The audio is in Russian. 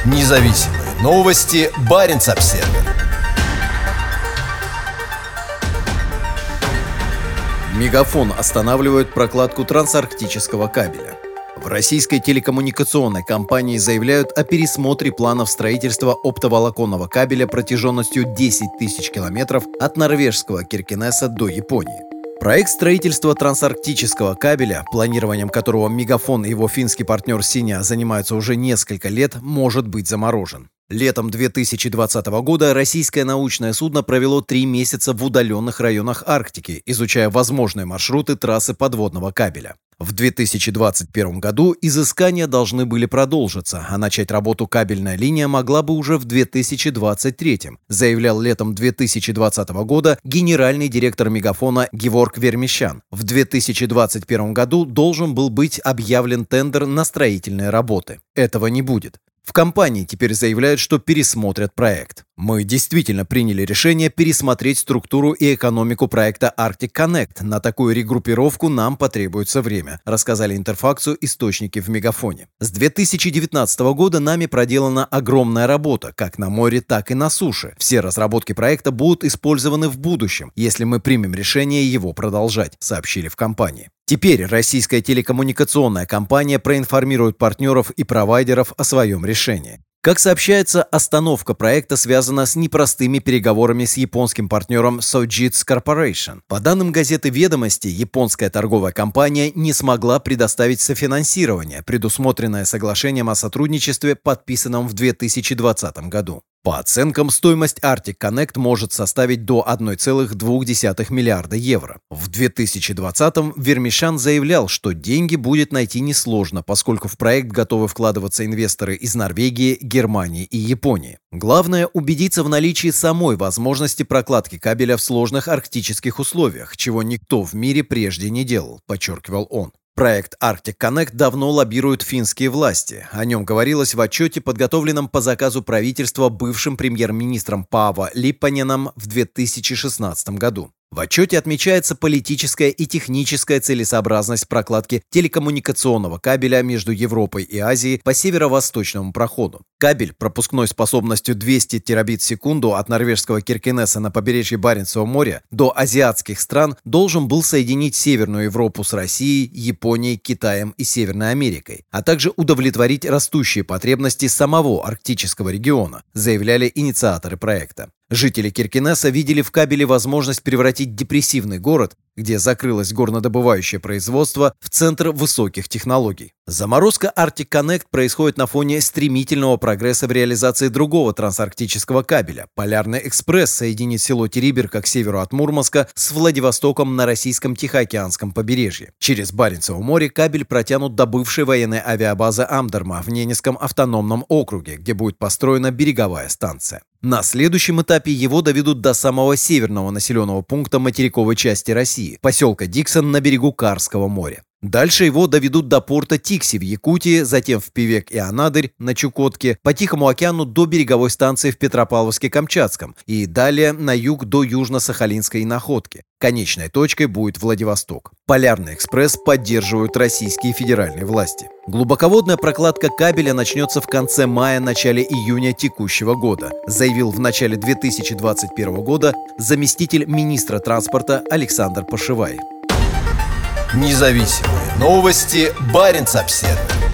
Независимые новости. Баренц-Обсервер. Мегафон останавливает прокладку трансарктического кабеля. В российской телекоммуникационной компании заявляют о пересмотре планов строительства оптоволоконного кабеля протяженностью 10 тысяч километров от норвежского Киркенеса до Японии. Проект строительства трансарктического кабеля, планированием которого Мегафон и его финский партнер Синя занимаются уже несколько лет, может быть заморожен. Летом 2020 года российское научное судно провело 3 месяца в удаленных районах Арктики, изучая возможные маршруты трассы подводного кабеля. В 2021 году изыскания должны были продолжиться, а начать работу кабельная линия могла бы уже в 2023, заявлял летом 2020 года генеральный директор Мегафона Геворг Вермещан. В 2021 году должен был быть объявлен тендер на строительные работы. Этого не будет. В компании теперь заявляют, что пересмотрят проект. Мы действительно приняли решение пересмотреть структуру и экономику проекта Arctic Connect. На такую регруппировку нам потребуется время, рассказали Интерфаксу источники в Мегафоне. С 2019 года нами проделана огромная работа, как на море, так и на суше. Все разработки проекта будут использованы в будущем, если мы примем решение его продолжать, сообщили в компании. Теперь российская телекоммуникационная компания проинформирует партнеров и провайдеров о своем решении. Как сообщается, остановка проекта связана с непростыми переговорами с японским партнером Sojitz Corporation. По данным газеты «Ведомости», японская торговая компания не смогла предоставить софинансирование, предусмотренное соглашением о сотрудничестве, подписанном в 2020 году. По оценкам, стоимость Arctic Connect может составить до 1,2 миллиарда евро. В 2020-м Вермещан заявлял, что деньги будет найти несложно, поскольку в проект готовы вкладываться инвесторы из Норвегии, Германии и Японии. Главное – убедиться в наличии самой возможности прокладки кабеля в сложных арктических условиях, чего никто в мире прежде не делал, подчеркивал он. Проект Arctic Connect давно лоббируют финские власти. О нем говорилось в отчете, подготовленном по заказу правительства бывшим премьер-министром Пааво Липпаненом в 2016 году. В отчете отмечается политическая и техническая целесообразность прокладки телекоммуникационного кабеля между Европой и Азией по северо-восточному проходу. Кабель пропускной способностью 200 терабит в секунду от норвежского Киркенеса на побережье Баренцева моря до азиатских стран должен был соединить Северную Европу с Россией, Японией, Китаем и Северной Америкой, а также удовлетворить растущие потребности самого арктического региона, заявляли инициаторы проекта. Жители Киркенеса видели в кабеле возможность превратить депрессивный город, где закрылось горнодобывающее производство, в центр высоких технологий. Заморозка Arctic Connect происходит на фоне стремительного прогресса в реализации другого трансарктического кабеля. Полярный экспресс соединит село Териберка к северу от Мурманска с Владивостоком на российском Тихоокеанском побережье. Через Баренцево море кабель протянут до бывшей военной авиабазы Амдерма в Ненецком автономном округе, где будет построена береговая станция. На следующем этапе его доведут до самого северного населенного пункта материковой части России, поселка Диксон на берегу Карского моря. Дальше его доведут до порта Тикси в Якутии, затем в Певек и Анадырь на Чукотке, по Тихому океану до береговой станции в Петропавловске-Камчатском и далее на юг до Южно-Сахалинской Находки. Конечной точкой будет Владивосток. Полярный экспресс поддерживают российские федеральные власти. Глубоководная прокладка кабеля начнется в конце мая-начале июня текущего года, заявил в начале 2021 года заместитель министра транспорта Александр Пашивай. Независимые новости. Баренц-Обсервер.